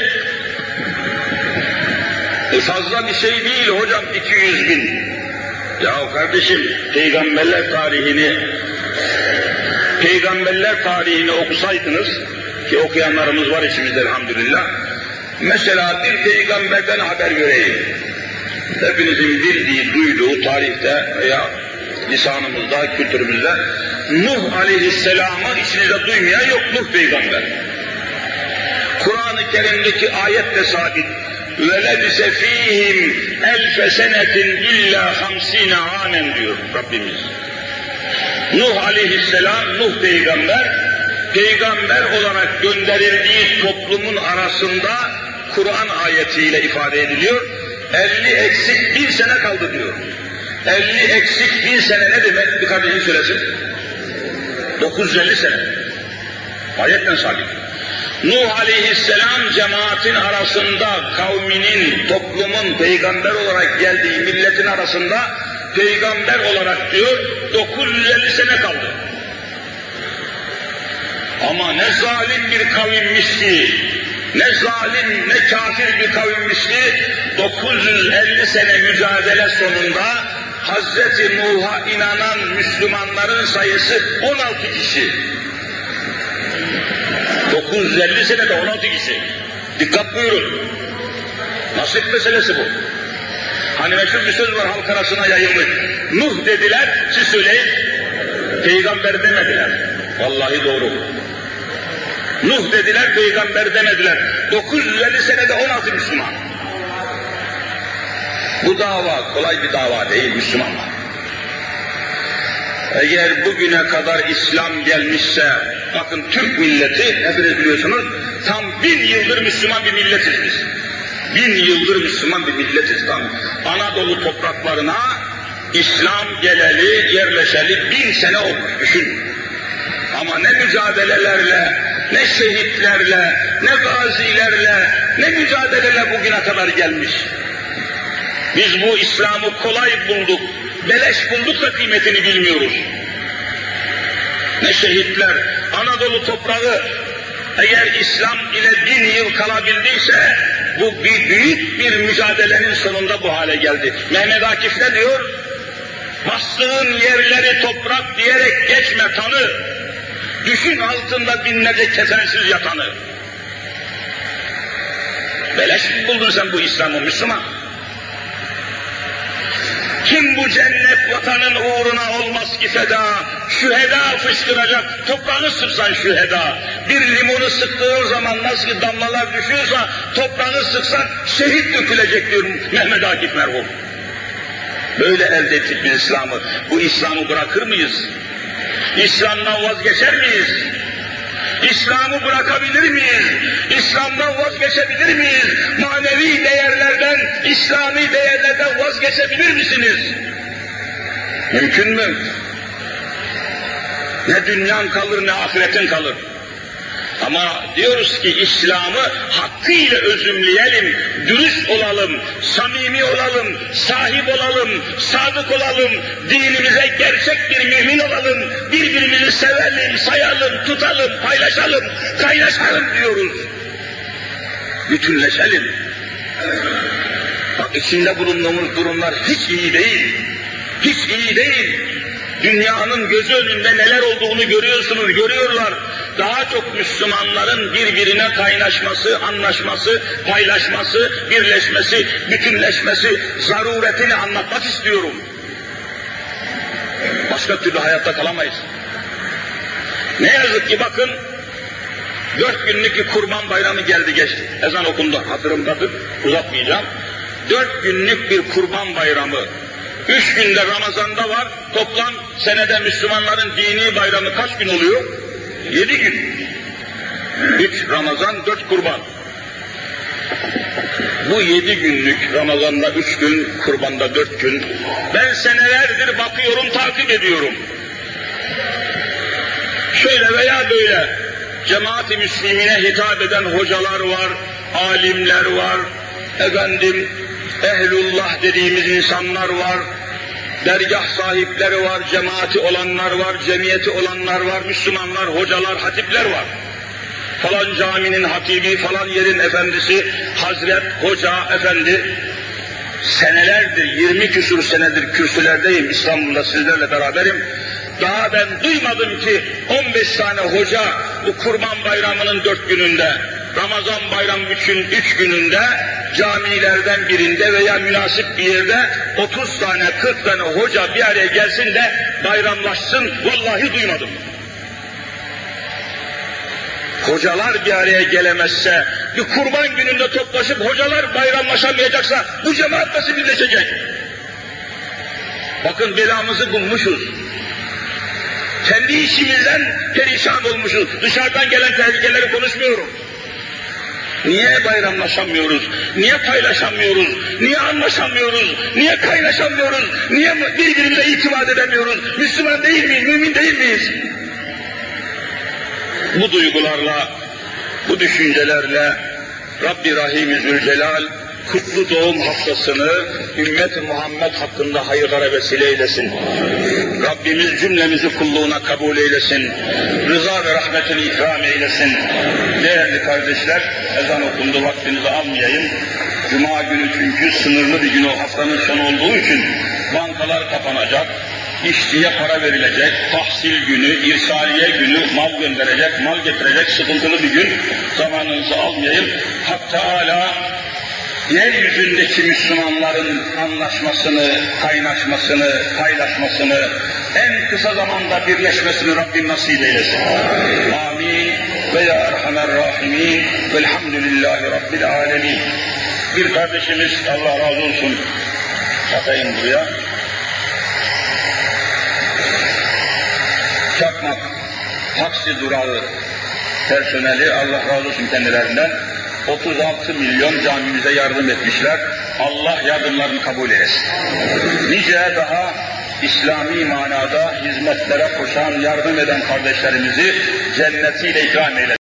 e fazla bir şey değil hocam iki yüz bin. Ya kardeşim, peygamberler tarihini peygamberler tarihini okusaydınız, ki okuyanlarımız var içimizde elhamdülillah, mesela bir peygamberden haber vereyim. Hepinizin bildiği, duyduğu tarihte veya lisanımızda, kültürümüzde Nuh aleyhisselamı içinizde duymayan yok. Nuh peygamber. Kur'an-ı Kerim'deki ayet de sabit. وَلَبِسَ ف۪يهِمْ اَلْفَ سَنَةٍ اِلَّا خَمْس۪ينَ عَامًا diyor Rabbimiz. Nuh aleyhisselam, Nuh peygamber, peygamber olarak gönderildiği toplumun arasında Kur'an ayetiyle ifade ediliyor. elli eksik bir sene kaldı diyor. elli eksik bir sene ne demek? Bir kardeşim söylesin. dokuz yüz elli sene. Ayetten sabit. Nuh aleyhisselam cemaatin arasında, kavminin, toplumun peygamber olarak geldiği milletin arasında peygamber olarak diyor dokuz yüz elli sene kaldı. Ama ne zalim bir kavimmiş ki, ne zalim ne kafir bir kavimmiş ki dokuz yüz elli sene mücadele sonunda Hazreti Nuh'a inanan Müslümanların sayısı on altı kişi. dokuz yüz elli senede on altı kişi. Dikkat buyurun. Nasip meselesi bu. Hani meşhur bir söz var halk arasına yayılmış. Nuh dediler, siz söyleyin. Peygamber demediler. Vallahi doğru. Nuh dediler, peygamber demediler. dokuz yüz elli senede on altı Müslüman. Bu dava kolay bir dava değil Müslümanlar. Eğer bugüne kadar İslam gelmişse, bakın Türk milleti, hepiniz biliyorsunuz, tam bin yıldır Müslüman bir milletiz biz. Bin yıldır Müslüman bir milletiz tam. Anadolu topraklarına İslam geleli, yerleşeli bin sene olmuş, düşün. Ama ne mücadelelerle, ne şehitlerle, ne gazilerle, ne mücadelelerle bugüne kadar gelmiş. Biz bu İslam'ı kolay bulduk, beleş bulduk da kıymetini bilmiyoruz. Ne şehitler, Anadolu toprağı eğer İslam ile bin yıl kalabildiyse, bu bir büyük bir mücadelenin sonunda bu hale geldi. Mehmet Akif ne diyor? Bastığın yerleri toprak diyerek geçme tanı, düşün altında binlerce kefensiz yatanı. Beleş mi buldun sen bu İslam'ı Müslüman? Kim bu cennet vatanın uğruna olmaz ki feda, şüheda fışkıracak, toprağını sıksan şüheda. Bir limonu sıktığı zaman nasıl ki damlalar düşüyorsa, toprağını sıksan şehit dökülecek diyor Mehmet Akif merhum. Böyle elde ettik biz İslam'ı. Bu İslam'ı bırakır mıyız? İslam'dan vazgeçer miyiz? İslam'ı bırakabilir miyiz? İslam'dan vazgeçebilir miyiz? Manevi değerlerden, İslami değerlerden vazgeçebilir misiniz? Mümkün mü? Ne dünyan kalır ne ahiretin kalır. Ama diyoruz ki İslam'ı hakkıyla özümleyelim, dürüst olalım, samimi olalım, sahip olalım, sadık olalım, dinimize gerçek bir mümin olalım, birbirimizi sevelim, sayalım, tutalım, paylaşalım, kaynaşalım diyoruz. Bütünleşelim. Bak içinde bulunduğumuz durumlar hiç iyi değil, hiç iyi değil. Dünyanın gözü önünde neler olduğunu görüyorsunuz, görüyorlar. Daha çok Müslümanların birbirine kaynaşması, anlaşması, paylaşması, birleşmesi, bütünleşmesi, zaruretini anlatmak istiyorum. Başka türlü hayatta kalamayız. Ne yazık ki bakın, dört günlük bir kurban bayramı geldi geçti. Ezan okundu, hatırımdadır, uzatmayacağım. Dört günlük bir kurban bayramı. Üç günde Ramazan'da var, toplam senede Müslümanların dini bayramı kaç gün oluyor? Yedi gün. Üç Ramazan, dört kurban. Bu yedi günlük Ramazan'da üç gün, kurbanda dört gün. Ben senelerdir bakıyorum, takip ediyorum. Şöyle veya böyle cemaat-i müslimine hitap eden hocalar var, alimler var, efendim, ehlullah dediğimiz insanlar var, dergah sahipleri var, cemaati olanlar var, cemiyeti olanlar var, Müslümanlar, hocalar, hatipler var. Falan caminin hatibi, falan yerin efendisi, hazret, hoca, efendi. Senelerdir, yirmi küsur senedir kürsülerdeyim, İstanbul'da sizlerle beraberim. Daha ben duymadım ki on beş tane hoca bu Kurban Bayramı'nın dört gününde, Ramazan Bayramı üçün üç gününde camilerden birinde veya münasip bir yerde otuz tane, kırk tane hoca bir araya gelsin de bayramlaşsın, vallahi duymadım. Hocalar bir araya gelemezse, bir kurban gününde toplaşıp hocalar bayramlaşamayacaksa bu cemaat nasıl birleşecek? Bakın belamızı bulmuşuz. Kendi işimizden perişan olmuşuz. Dışarıdan gelen tehlikeleri konuşmuyorum. Niye bayramlaşamıyoruz? Niye paylaşamıyoruz? Niye anlaşamıyoruz? Niye kaynaşamıyoruz? Niye birbirimize itimat edemiyoruz? Müslüman değil miyiz? Mümin değil miyiz? Bu duygularla, bu düşüncelerle Rabbi Rahim-i Zülcelal kutlu doğum haftasını ümmet-i Muhammed hakkında hayırlara vesile eylesin. Rabbimiz cümlemizi kulluğuna kabul eylesin. Rıza ve rahmetini ikram eylesin. Değerli kardeşler, ezan okundu, vaktinizi almayayım. Cuma günü çünkü sınırlı bir gün, o haftanın sonu olduğu için bankalar kapanacak, işçiye para verilecek, tahsil günü, irsaliye günü, mal gönderecek, mal getirecek sıkıntılı bir gün. Zamanınızı almayayım. Hak Teâlâ yeryüzündeki Müslümanların anlaşmasını, kaynaşmasını, paylaşmasını, en kısa zamanda birleşmesini Rabbim nasip eylesin. Amin. Ve ya Erhamer Rahimin. Velhamdülillahi Rabbil Alemin. Bir kardeşimiz, Allah razı olsun, atayım buraya. Çakmak, taksi durağı personeli, Allah razı olsun kendilerinden, otuz altı milyon camimize yardım etmişler. Allah yardımlarını kabul eylesin. Nice daha İslami manada hizmetlere koşan, yardım eden kardeşlerimizi cennetiyle ikram eylesin.